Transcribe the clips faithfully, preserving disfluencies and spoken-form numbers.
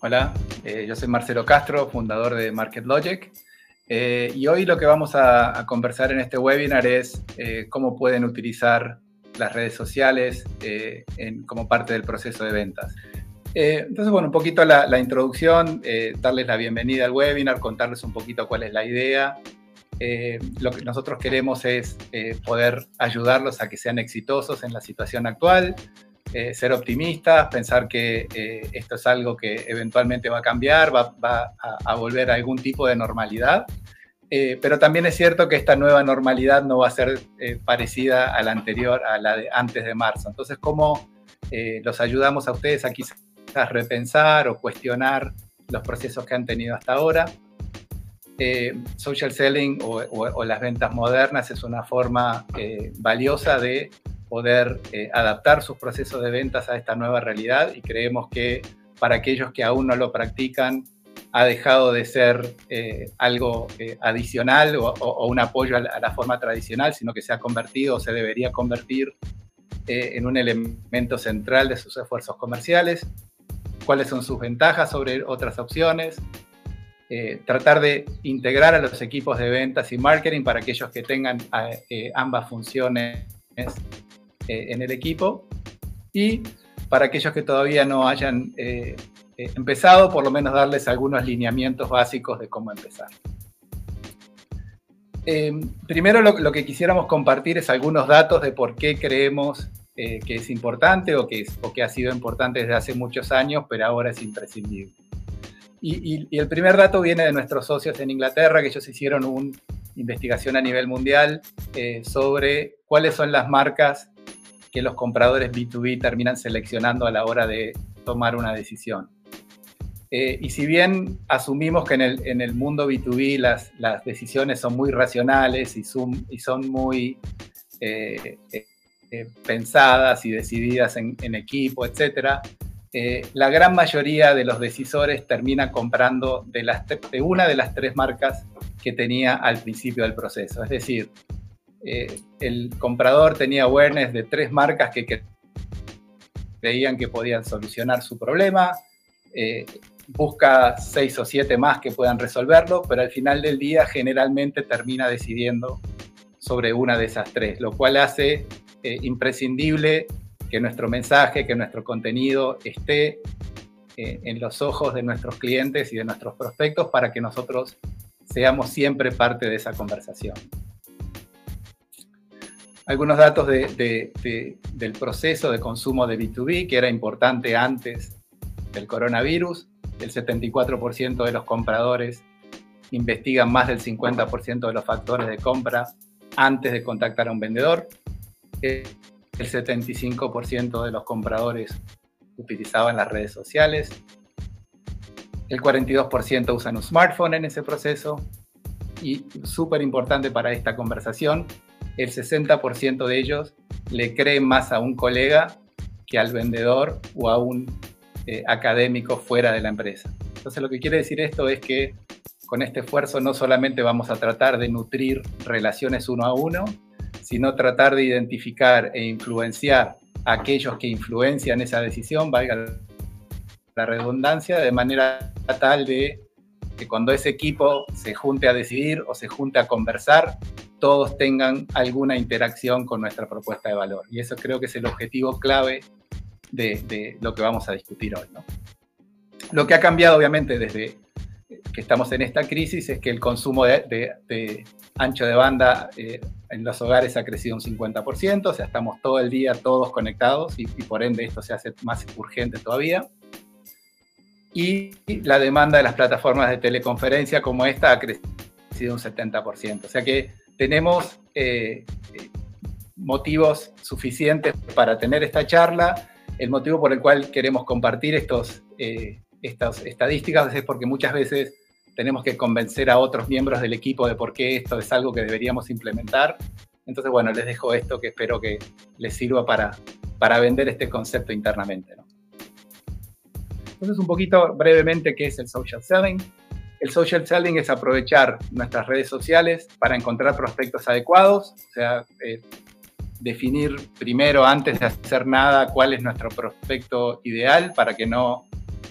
Hola, eh, yo soy Marcelo Castro, fundador de MarketLogic, eh, y hoy lo que vamos a, a conversar en este webinar es eh, cómo pueden utilizar las redes sociales eh, en, como parte del proceso de ventas. Eh, entonces, bueno, un poquito la, la introducción, eh, darles la bienvenida al webinar, contarles un poquito cuál es la idea. Eh, lo que nosotros queremos es eh, poder ayudarlos a que sean exitosos en la situación actual, eh, ser optimistas, pensar que eh, esto es algo que eventualmente va a cambiar, va, va a, a volver a algún tipo de normalidad. Eh, pero también es cierto que esta nueva normalidad no va a ser eh, parecida a la anterior, a la de antes de marzo. Entonces, ¿cómo eh, los ayudamos a ustedes a quizás repensar o cuestionar los procesos que han tenido hasta ahora? Eh, social selling o, o, o las ventas modernas es una forma eh, valiosa de poder eh, adaptar sus procesos de ventas a esta nueva realidad, y creemos que para aquellos que aún no lo practican ha dejado de ser eh, algo eh, adicional o, o, o un apoyo a la, a la forma tradicional, sino que se ha convertido o se debería convertir eh, en un elemento central de sus esfuerzos comerciales. ¿Cuáles son sus ventajas sobre otras opciones? Eh, tratar de integrar a los equipos de ventas y marketing para aquellos que tengan eh, ambas funciones eh, en el equipo, y para aquellos que todavía no hayan eh, eh, empezado, por lo menos darles algunos lineamientos básicos de cómo empezar. Eh, primero lo, lo que quisiéramos compartir es algunos datos de por qué creemos eh, que es importante o que, es, o que ha sido importante desde hace muchos años, pero ahora es imprescindible. Y, y, y el primer dato viene de nuestros socios en Inglaterra, que ellos hicieron una investigación a nivel mundial eh, sobre cuáles son las marcas que los compradores B dos B terminan seleccionando a la hora de tomar una decisión. Eh, y si bien asumimos que en el, en el mundo B dos B las, las decisiones son muy racionales y son, y son muy eh, eh, pensadas y decididas en, en equipo, etcétera, Eh, la gran mayoría de los decisores termina comprando de, las, de una de las tres marcas que tenía al principio del proceso. Es decir, eh, el comprador tenía awareness de tres marcas que, que creían que podían solucionar su problema, eh, busca seis o siete más que puedan resolverlo, pero al final del día generalmente termina decidiendo sobre una de esas tres, lo cual hace eh, imprescindible que nuestro mensaje, que nuestro contenido esté eh, en los ojos de nuestros clientes y de nuestros prospectos para que nosotros seamos siempre parte de esa conversación. Algunos datos de, de, de, del proceso de consumo de B dos B, que era importante antes del coronavirus. El setenta y cuatro por ciento de los compradores investigan más del cincuenta por ciento de los factores de compra antes de contactar a un vendedor. Eh, El setenta y cinco por ciento de los compradores utilizaban las redes sociales. El cuarenta y dos por ciento usan un smartphone en ese proceso. Y súper importante para esta conversación, el sesenta por ciento de ellos le creen más a un colega que al vendedor o a un eh, académico fuera de la empresa. Entonces, lo que quiere decir esto es que con este esfuerzo no solamente vamos a tratar de nutrir relaciones uno a uno, sino tratar de identificar e influenciar a aquellos que influencian esa decisión, valga la redundancia, de manera tal de que cuando ese equipo se junte a decidir o se junte a conversar, todos tengan alguna interacción con nuestra propuesta de valor. Y eso creo que es el objetivo clave de, de lo que vamos a discutir hoy, ¿no? Lo que ha cambiado, obviamente, desde que estamos en esta crisis es que el consumo de, de, de ancho de banda eh, en los hogares ha crecido un cincuenta por ciento, o sea, estamos todo el día todos conectados y, y por ende esto se hace más urgente todavía. Y la demanda de las plataformas de teleconferencia como esta ha crecido un setenta por ciento. O sea que tenemos eh, motivos suficientes para tener esta charla. El motivo por el cual queremos compartir estos, eh, estas estadísticas es porque muchas veces tenemos que convencer a otros miembros del equipo de por qué esto es algo que deberíamos implementar. Entonces, bueno, les dejo esto que espero que les sirva para, para vender este concepto internamente, ¿no? Entonces, un poquito brevemente, ¿qué es el social selling? El social selling es aprovechar nuestras redes sociales para encontrar prospectos adecuados, o sea, eh, definir primero, antes de hacer nada, cuál es nuestro prospecto ideal para que no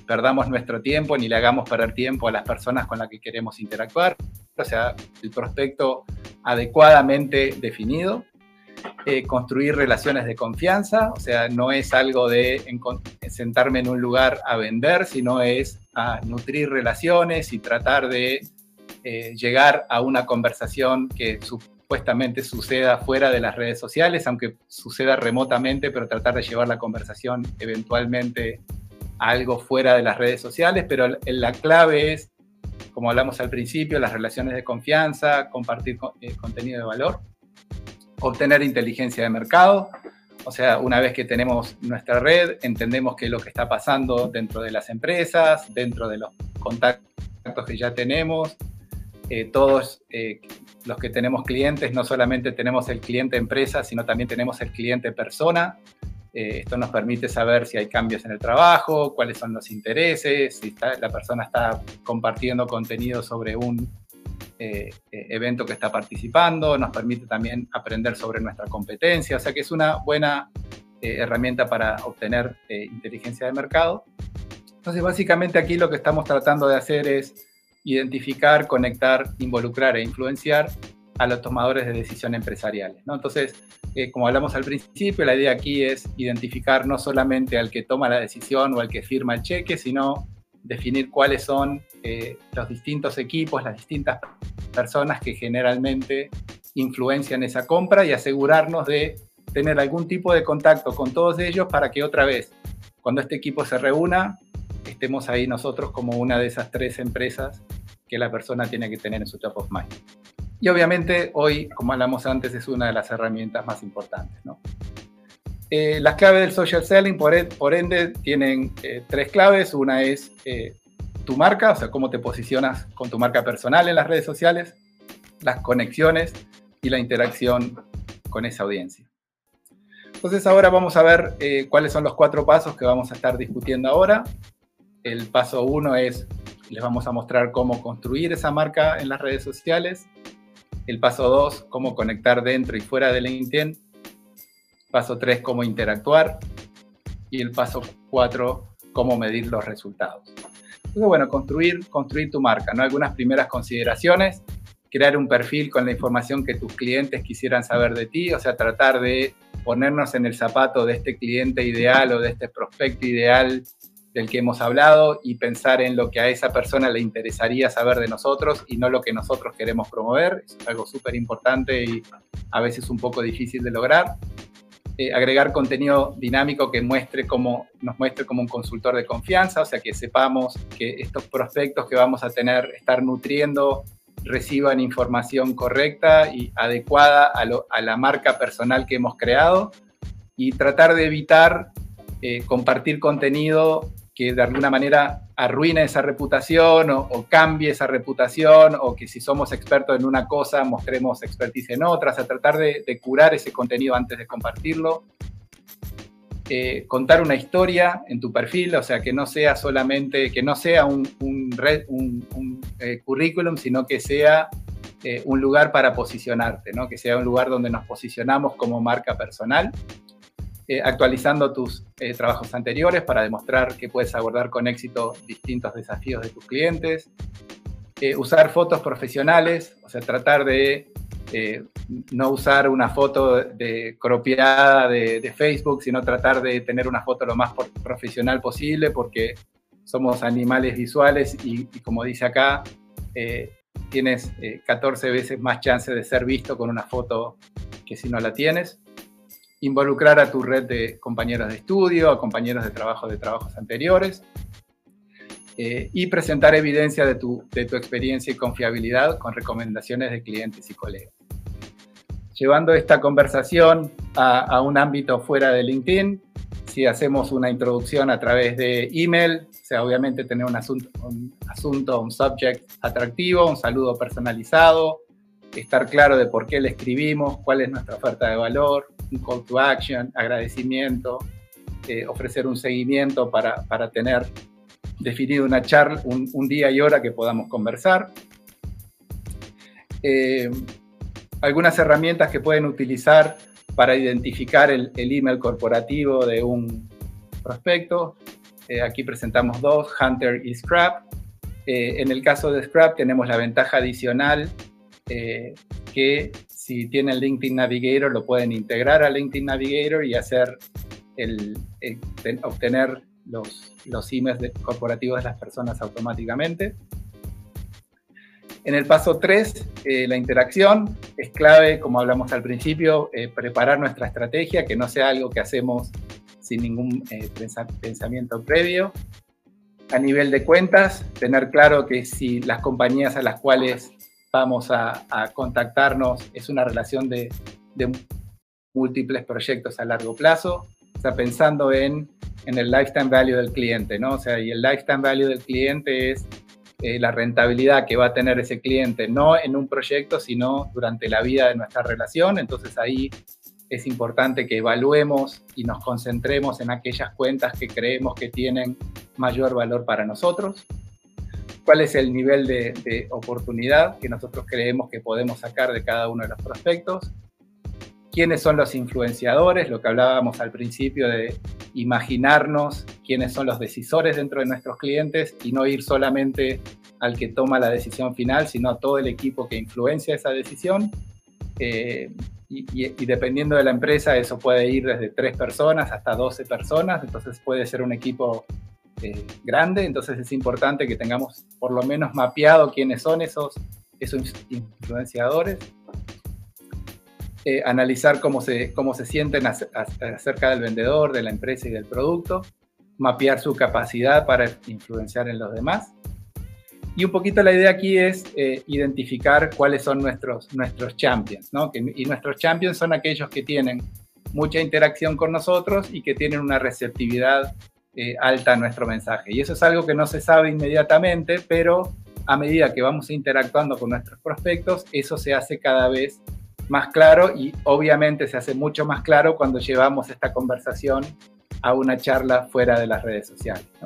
perdamos nuestro tiempo ni le hagamos perder tiempo a las personas con las que queremos interactuar. O sea, el prospecto adecuadamente definido. Eh, construir relaciones de confianza, o sea, no es algo de sentarme en un lugar a vender, sino es a nutrir relaciones y tratar de eh, llegar a una conversación que supuestamente suceda fuera de las redes sociales, aunque suceda remotamente, pero tratar de llevar la conversación eventualmente a algo fuera de las redes sociales, pero la clave es, como hablamos al principio, las relaciones de confianza, compartir eh, contenido de valor, obtener inteligencia de mercado, o sea, una vez que tenemos nuestra red, entendemos qué es lo que está pasando dentro de las empresas, dentro de los contactos que ya tenemos, eh, todos eh, los que tenemos clientes, no solamente tenemos el cliente empresa, sino también tenemos el cliente persona. Eh, esto nos permite saber si hay cambios en el trabajo, cuáles son los intereses, si está, la persona está compartiendo contenido sobre un Eh, eh, evento que está participando, nos permite también aprender sobre nuestra competencia, o sea que es una buena eh, herramienta para obtener eh, inteligencia de mercado. Entonces, básicamente aquí lo que estamos tratando de hacer es identificar, conectar, involucrar e influenciar a los tomadores de decisión empresariales, ¿no? Entonces, eh, como hablamos al principio, la idea aquí es identificar no solamente al que toma la decisión o al que firma el cheque, sino definir cuáles son eh, los distintos equipos, las distintas personas que generalmente influencian esa compra y asegurarnos de tener algún tipo de contacto con todos ellos para que otra vez, cuando este equipo se reúna, estemos ahí nosotros como una de esas tres empresas que la persona tiene que tener en su top of mind. Y obviamente hoy, como hablamos antes, es una de las herramientas más importantes, ¿no? Eh, las claves del social selling, por, por ende, tienen eh, tres claves. Una es eh, tu marca, o sea, cómo te posicionas con tu marca personal en las redes sociales, las conexiones y la interacción con esa audiencia. Entonces, ahora vamos a ver eh, cuáles son los cuatro pasos que vamos a estar discutiendo ahora. El paso uno es, les vamos a mostrar cómo construir esa marca en las redes sociales. El paso dos, cómo conectar dentro y fuera de LinkedIn. Paso tres, cómo interactuar. Y el paso cuatro, cómo medir los resultados. Entonces, bueno, construir, construir tu marca, ¿no? Algunas primeras consideraciones. Crear un perfil con la información que tus clientes quisieran saber de ti. O sea, tratar de ponernos en el zapato de este cliente ideal o de este prospecto ideal del que hemos hablado y pensar en lo que a esa persona le interesaría saber de nosotros y no lo que nosotros queremos promover. Eso es algo súper importante y a veces un poco difícil de lograr. Eh, agregar contenido dinámico que muestre como, nos muestre como un consultor de confianza, o sea, que sepamos que estos prospectos que vamos a tener, estar nutriendo, reciban información correcta y adecuada a, lo, a la marca personal que hemos creado y tratar de evitar eh, compartir contenido que de alguna manera arruine esa reputación o, o cambie esa reputación o que si somos expertos en una cosa mostremos expertise en otras, a tratar de, de curar ese contenido antes de compartirlo. Eh, contar una historia en tu perfil, o sea, que no sea solamente, que no sea un, un, red, un, un eh, currículum, sino que sea eh, un lugar para posicionarte, ¿no? Que sea un lugar donde nos posicionamos como marca personal. Eh, actualizando tus eh, trabajos anteriores para demostrar que puedes abordar con éxito distintos desafíos de tus clientes. Eh, usar fotos profesionales, o sea, tratar de eh, no usar una foto de, cropeada de, de Facebook, sino tratar de tener una foto lo más profesional posible porque somos animales visuales y, y como dice acá, eh, tienes eh, catorce veces más chance de ser visto con una foto que si no la tienes. Involucrar a tu red de compañeros de estudio, a compañeros de trabajo de trabajos anteriores eh, y presentar evidencia de tu, de tu experiencia y confiabilidad con recomendaciones de clientes y colegas. Llevando esta conversación a, a un ámbito fuera de LinkedIn, si hacemos una introducción a través de email, o sea, obviamente tener un asunto, un asunto, un subject atractivo, un saludo personalizado, estar claro de por qué le escribimos, cuál es nuestra oferta de valor, un call to action, agradecimiento, eh, ofrecer un seguimiento para, para tener definido una charla, un, un día y hora que podamos conversar. Eh, algunas herramientas que pueden utilizar para identificar el, el email corporativo de un prospecto. Eh, aquí presentamos dos, Hunter y Scrap. Eh, en el caso de Scrap tenemos la ventaja adicional eh, que si tienen LinkedIn Navigator lo pueden integrar a LinkedIn Navigator y hacer el, el, el obtener los, los emails de, corporativos de las personas automáticamente. En el paso tres, eh, la interacción. Es clave, como hablamos al principio, eh, preparar nuestra estrategia, que no sea algo que hacemos sin ningún eh, pensamiento previo. A nivel de cuentas, tener claro que si las compañías a las cuales vamos a, a contactarnos es una relación de, de múltiples proyectos a largo plazo, o sea, pensando en, en el lifetime value del cliente, ¿no? O sea, y el lifetime value del cliente es eh, la rentabilidad que va a tener ese cliente, no en un proyecto, sino durante la vida de nuestra relación. Entonces ahí es importante que evaluemos y nos concentremos en aquellas cuentas que creemos que tienen mayor valor para nosotros. ¿Cuál es el nivel de, de oportunidad que nosotros creemos que podemos sacar de cada uno de los prospectos? ¿Quiénes son los influenciadores? Lo que hablábamos al principio de imaginarnos quiénes son los decisores dentro de nuestros clientes y no ir solamente al que toma la decisión final, sino a todo el equipo que influencia esa decisión. Eh, y, y, y dependiendo de la empresa, eso puede ir desde tres personas hasta doce personas, entonces puede ser un equipo eh, grande, entonces es importante que tengamos por lo menos mapeado quiénes son esos, esos influenciadores. Eh, analizar cómo se, cómo se sienten acerca del vendedor, de la empresa y del producto, mapear su capacidad para influenciar en los demás. Y un poquito la idea aquí es eh, identificar cuáles son nuestros, nuestros champions, ¿no? Que, y nuestros champions son aquellos que tienen mucha interacción con nosotros y que tienen una receptividad eh, alta a nuestro mensaje. Y eso es algo que no se sabe inmediatamente, pero a medida que vamos interactuando con nuestros prospectos, eso se hace cada vez más claro y obviamente se hace mucho más claro cuando llevamos esta conversación a una charla fuera de las redes sociales, ¿no?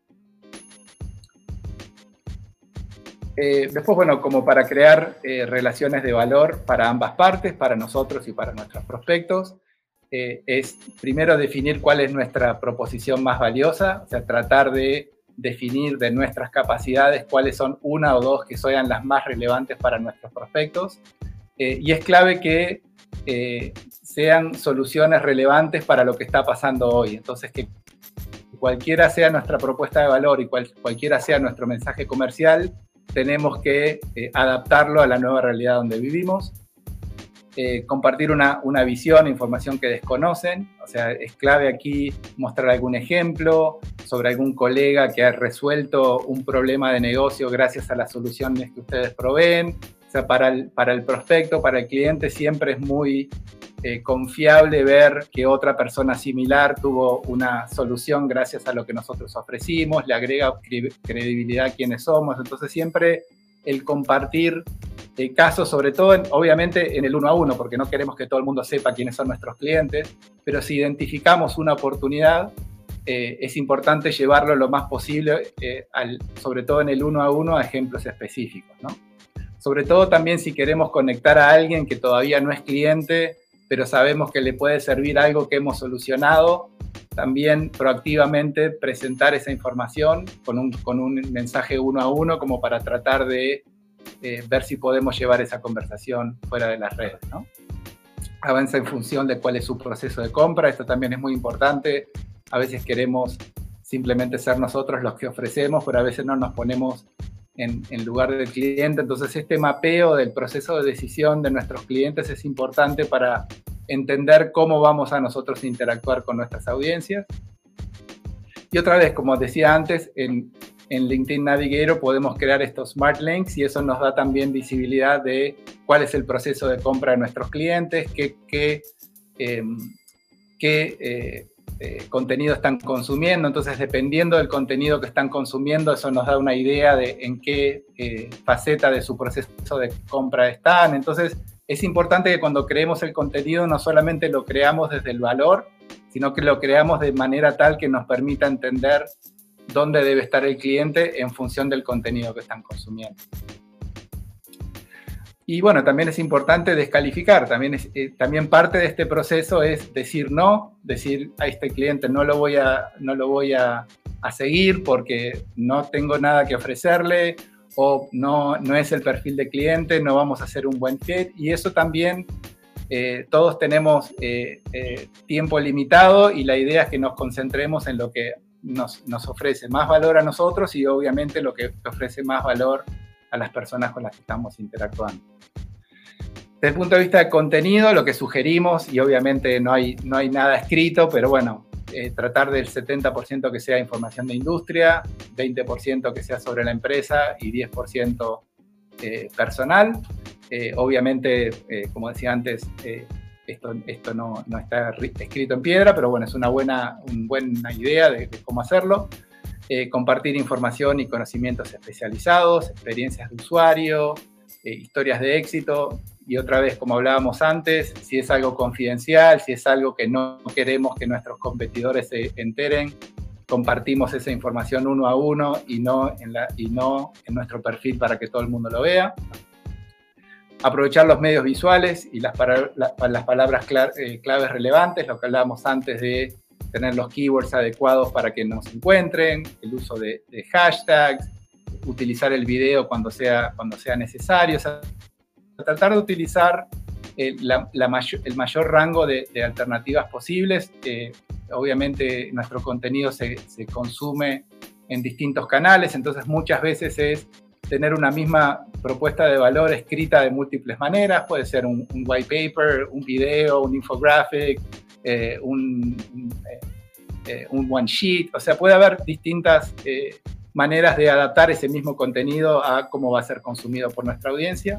Eh, después, bueno, como para crear eh, relaciones de valor para ambas partes, para nosotros y para nuestros prospectos, eh, es primero definir cuál es nuestra proposición más valiosa, o sea, tratar de definir de nuestras capacidades cuáles son una o dos que sean las más relevantes para nuestros prospectos. Eh, y es clave que eh, sean soluciones relevantes para lo que está pasando hoy. Entonces, que cualquiera sea nuestra propuesta de valor y cual, cualquiera sea nuestro mensaje comercial, tenemos que eh, adaptarlo a la nueva realidad donde vivimos. Eh, compartir una, una visión, información que desconocen. O sea, es clave aquí mostrar algún ejemplo sobre algún colega que ha resuelto un problema de negocio gracias a las soluciones que ustedes proveen. O sea, para el, para el prospecto, para el cliente, siempre es muy eh, confiable ver que otra persona similar tuvo una solución gracias a lo que nosotros ofrecimos, le agrega credibilidad a quienes somos. Entonces, siempre el compartir eh, casos, sobre todo, en, obviamente, en el uno a uno, porque no queremos que todo el mundo sepa quiénes son nuestros clientes, pero si identificamos una oportunidad, eh, es importante llevarlo lo más posible, eh, al, sobre todo en el uno a uno, a ejemplos específicos, ¿no? Sobre todo también si queremos conectar a alguien que todavía no es cliente, pero sabemos que le puede servir algo que hemos solucionado, también proactivamente presentar esa información con un, con un mensaje uno a uno como para tratar de eh, ver si podemos llevar esa conversación fuera de las redes, ¿no? Avanza en función de cuál es su proceso de compra, esto también es muy importante. A veces queremos simplemente ser nosotros los que ofrecemos, pero a veces no nos ponemos En, en lugar del cliente. Entonces, este mapeo del proceso de decisión de nuestros clientes es importante para entender cómo vamos a nosotros interactuar con nuestras audiencias. Y otra vez, como decía antes, en, en LinkedIn Navigator podemos crear estos Smart Links y eso nos da también visibilidad de cuál es el proceso de compra de nuestros clientes, qué, qué, eh, qué eh, Eh, contenido están consumiendo. Entonces, dependiendo del contenido que están consumiendo, eso nos da una idea de en qué eh, faceta de su proceso de compra están. Entonces, es importante que cuando creemos el contenido no solamente lo creamos desde el valor, sino que lo creamos de manera tal que nos permita entender dónde debe estar el cliente en función del contenido que están consumiendo. Y bueno, también es importante descalificar, también, es, eh, también parte de este proceso es decir no, decir a este cliente no lo voy a, no lo voy a a seguir porque no tengo nada que ofrecerle o no, no es el perfil de cliente, no vamos a hacer un buen fit. Y eso también, eh, todos tenemos eh, eh, tiempo limitado y la idea es que nos concentremos en lo que nos, nos ofrece más valor a nosotros y obviamente lo que ofrece más valor a las personas con las que estamos interactuando. Desde el punto de vista de contenido, lo que sugerimos, y obviamente no hay, no hay nada escrito, pero bueno, eh, tratar del setenta por ciento que sea información de industria, veinte por ciento que sea sobre la empresa y diez por ciento eh, personal. Eh, obviamente, eh, como decía antes, eh, esto, esto no, no está escrito en piedra, pero bueno, es una buena, una buena idea de, de cómo hacerlo. Eh, compartir información y conocimientos especializados, experiencias de usuario, eh, historias de éxito. Y otra vez, como hablábamos antes, si es algo confidencial, si es algo que no queremos que nuestros competidores se enteren, compartimos esa información uno a uno y no en, la, y no en nuestro perfil para que todo el mundo lo vea. Aprovechar los medios visuales y las, para, la, las palabras cla, eh, claves relevantes, lo que hablábamos antes de tener los keywords adecuados para que nos encuentren, el uso de, de hashtags, utilizar el video cuando sea, cuando sea necesario, o sea, tratar de utilizar eh, la, la mayor, el mayor rango de, de alternativas posibles. Eh, obviamente nuestro contenido se, se consume en distintos canales, entonces muchas veces es tener una misma propuesta de valor escrita de múltiples maneras, puede ser un, un white paper, un video, un infographic, eh, un, un, eh, un one sheet, o sea, puede haber distintas eh, maneras de adaptar ese mismo contenido a cómo va a ser consumido por nuestra audiencia.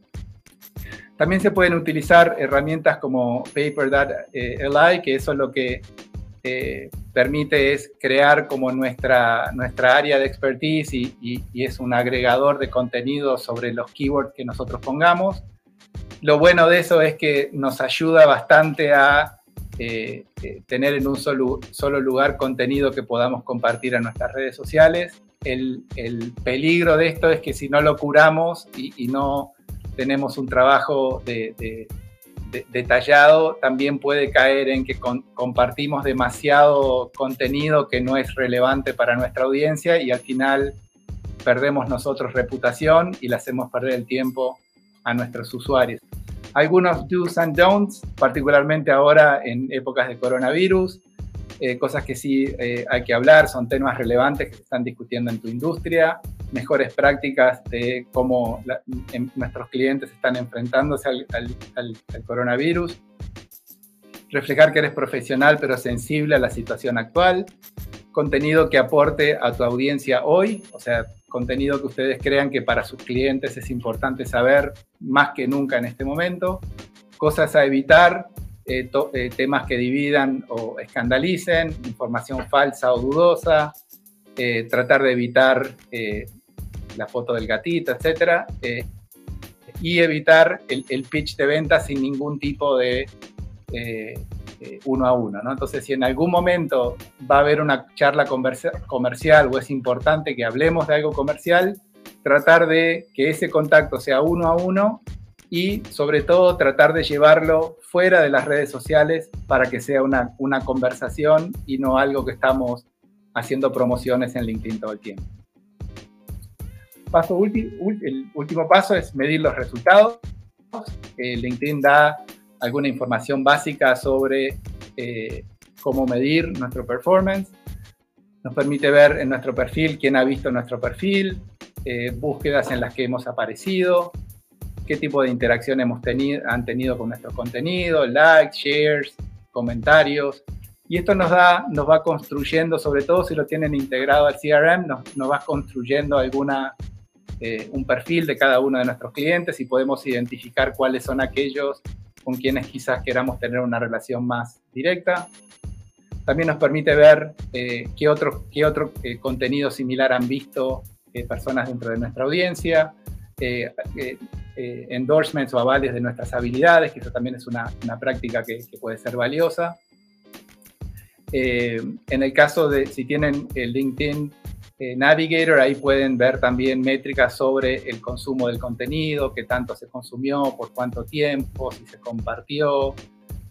También se pueden utilizar herramientas como Paper punto L I, que eso es lo que eh, permite es crear como nuestra, nuestra área de expertise y, y, y es un agregador de contenido sobre los keywords que nosotros pongamos. Lo bueno de eso es que nos ayuda bastante a eh, eh, tener en un solo, solo lugar contenido que podamos compartir en nuestras redes sociales. El, el peligro de esto es que si no lo curamos y, y no tenemos un trabajo de, de, de, detallado, también puede caer en que con, compartimos demasiado contenido que no es relevante para nuestra audiencia y al final perdemos nosotros reputación y le hacemos perder el tiempo a nuestros usuarios. Algunos do's and don'ts, particularmente ahora en épocas de coronavirus, eh, cosas que sí eh, hay que hablar, son temas relevantes que se están discutiendo en tu industria, mejores prácticas de cómo la, en, nuestros clientes están enfrentándose al, al, al, al coronavirus, reflejar que eres profesional pero sensible a la situación actual, contenido que aporte a tu audiencia hoy, o sea, contenido que ustedes crean que para sus clientes es importante saber más que nunca en este momento, cosas a evitar, eh, to, eh, temas que dividan o escandalicen, información falsa o dudosa, eh, tratar de evitar eh, la foto del gatito, etcétera, eh, y evitar el, el pitch de venta sin ningún tipo de eh, eh, uno a uno, ¿no? Entonces, si en algún momento va a haber una charla comercial o es importante que hablemos de algo comercial, tratar de que ese contacto sea uno a uno y, sobre todo, tratar de llevarlo fuera de las redes sociales para que sea una, una conversación y no algo que estamos haciendo promociones en LinkedIn todo el tiempo. Paso ulti, el último paso es medir los resultados. Eh, LinkedIn da alguna información básica sobre eh, cómo medir nuestro performance. Nos permite ver en nuestro perfil quién ha visto nuestro perfil, eh, búsquedas en las que hemos aparecido, qué tipo de interacción hemos tenido, han tenido con nuestro contenido, likes, shares, comentarios. Y esto nos, da, nos va construyendo, sobre todo si lo tienen integrado al C R M, nos, nos va construyendo alguna, eh, un perfil de cada uno de nuestros clientes y podemos identificar cuáles son aquellos con quienes quizás queramos tener una relación más directa. También nos permite ver eh, qué otro, qué otro eh, contenido similar han visto eh, personas dentro de nuestra audiencia, eh, eh, eh, endorsements o avales de nuestras habilidades, que eso también es una, una práctica que, que puede ser valiosa. Eh, en el caso de si tienen el LinkedIn eh, Navigator, ahí pueden ver también métricas sobre el consumo del contenido, qué tanto se consumió, por cuánto tiempo, si se compartió,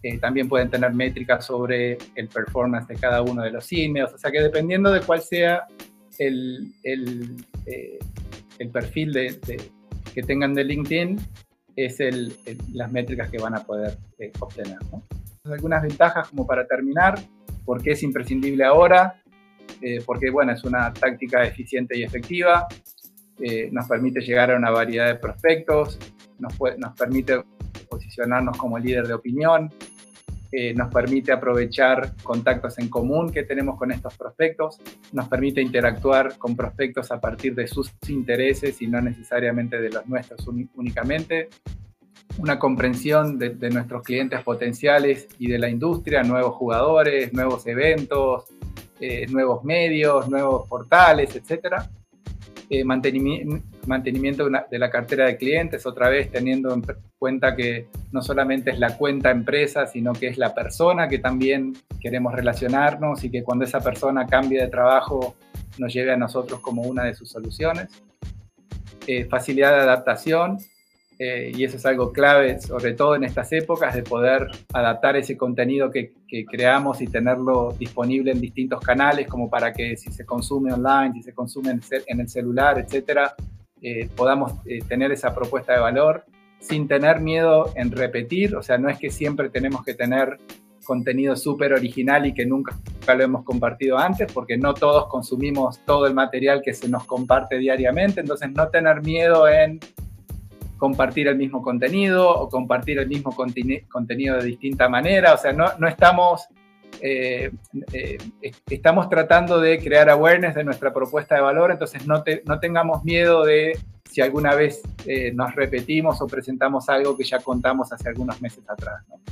Eh, también pueden tener métricas sobre el performance de cada uno de los emails. O sea que dependiendo de cuál sea el, el, eh, el perfil de, de, que tengan de LinkedIn, es el, el, las métricas que van a poder eh, obtener, ¿no? Algunas ventajas como para terminar, por qué es imprescindible ahora, eh, porque bueno, es una táctica eficiente y efectiva, eh, nos permite llegar a una variedad de prospectos, nos, puede, nos permite posicionarnos como líder de opinión, eh, nos permite aprovechar contactos en común que tenemos con estos prospectos, nos permite interactuar con prospectos a partir de sus intereses y no necesariamente de los nuestros únicamente, una comprensión de, de nuestros clientes potenciales y de la industria, nuevos jugadores, nuevos eventos, eh, nuevos medios, nuevos portales, etcétera. Eh, mantenimiento, mantenimiento de, una, de la cartera de clientes, otra vez teniendo en cuenta que no solamente es la cuenta empresa, sino que es la persona que también queremos relacionarnos y que cuando esa persona cambie de trabajo nos lleve a nosotros como una de sus soluciones. Eh, facilidad de adaptación, eh, y eso es algo clave, sobre todo en estas épocas, de poder adaptar ese contenido que, que creamos y tenerlo disponible en distintos canales, como para que si se consume online, si se consume en, en el celular, etcétera, eh, podamos eh, tener esa propuesta de valor sin tener miedo en repetir. O sea, no es que siempre tenemos que tener contenido súper original y que nunca lo hemos compartido antes, porque no todos consumimos todo el material que se nos comparte diariamente, entonces no tener miedo en compartir el mismo contenido o compartir el mismo contenido de distinta manera. O sea, no, no estamos, eh, eh, estamos tratando de crear awareness de nuestra propuesta de valor, entonces no, te, no tengamos miedo de si alguna vez eh, nos repetimos o presentamos algo que ya contamos hace algunos meses atrás, ¿no?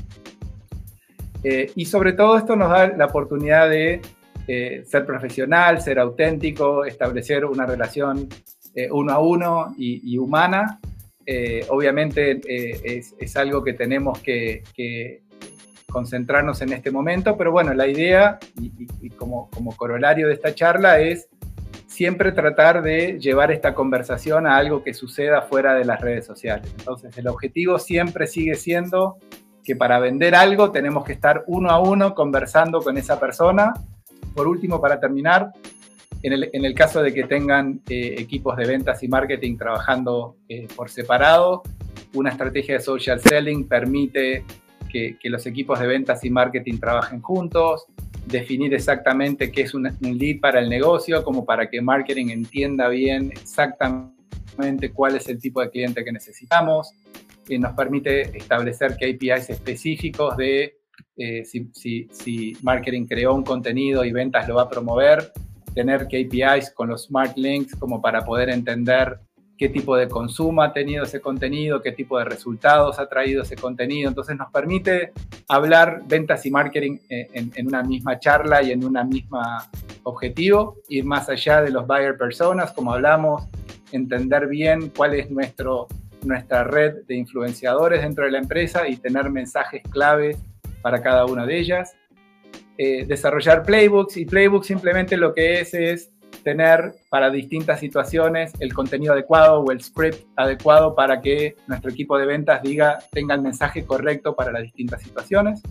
Eh, y sobre todo esto nos da la oportunidad de eh, ser profesional, ser auténtico, establecer una relación eh, uno a uno y, y humana. Eh, obviamente eh, es, es algo que tenemos que, que concentrarnos en este momento, pero bueno, la idea y, y, y como, como corolario de esta charla es siempre tratar de llevar esta conversación a algo que suceda fuera de las redes sociales. Entonces el objetivo siempre sigue siendo que para vender algo tenemos que estar uno a uno conversando con esa persona. Por último, para terminar, En el, en el caso de que tengan eh, equipos de ventas y marketing trabajando eh, por separado, una estrategia de social selling permite que, que los equipos de ventas y marketing trabajen juntos, definir exactamente qué es un, un lead para el negocio, como para que marketing entienda bien exactamente cuál es el tipo de cliente que necesitamos. Eh, nos permite establecer K P Is específicos de eh, si, si, si marketing creó un contenido y ventas lo va a promover, tener K P Is con los Smart Links como para poder entender qué tipo de consumo ha tenido ese contenido, qué tipo de resultados ha traído ese contenido. Entonces nos permite hablar ventas y marketing en, en una misma charla y en una misma objetivo, ir más allá de los buyer personas, como hablamos, entender bien cuál es nuestro, nuestra red de influenciadores dentro de la empresa y tener mensajes claves para cada una de ellas. Eh, desarrollar playbooks, y playbooks simplemente lo que es es tener para distintas situaciones el contenido adecuado o el script adecuado para que nuestro equipo de ventas diga, tenga el mensaje correcto para las distintas situaciones.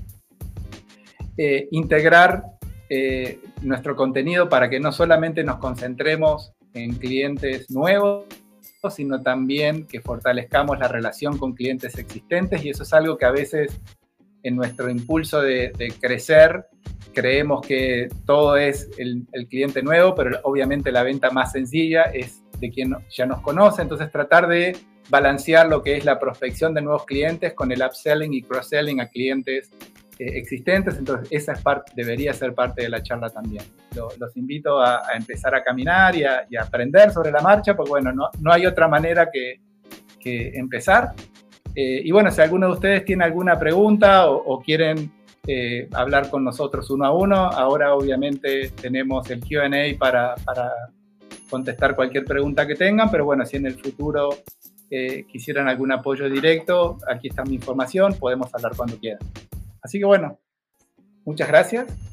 Eh, integrar eh, nuestro contenido para que no solamente nos concentremos en clientes nuevos, sino también que fortalezcamos la relación con clientes existentes, y eso es algo que a veces en nuestro impulso de, de crecer creemos que todo es el, el cliente nuevo, pero obviamente la venta más sencilla es de quien ya nos conoce. Entonces tratar de balancear lo que es la prospección de nuevos clientes con el upselling y cross-selling a clientes eh, existentes. Entonces esa es parte, debería ser parte de la charla también. Lo, los invito a, a empezar a caminar y a, y a aprender sobre la marcha, porque bueno, no, no hay otra manera que, que empezar. Eh, y bueno, si alguno de ustedes tiene alguna pregunta o, o quieren eh, hablar con nosotros uno a uno, ahora obviamente tenemos el Q and A para, para contestar cualquier pregunta que tengan, pero bueno, si en el futuro eh, quisieran algún apoyo directo, aquí está mi información, podemos hablar cuando quieran. Así que bueno, muchas gracias.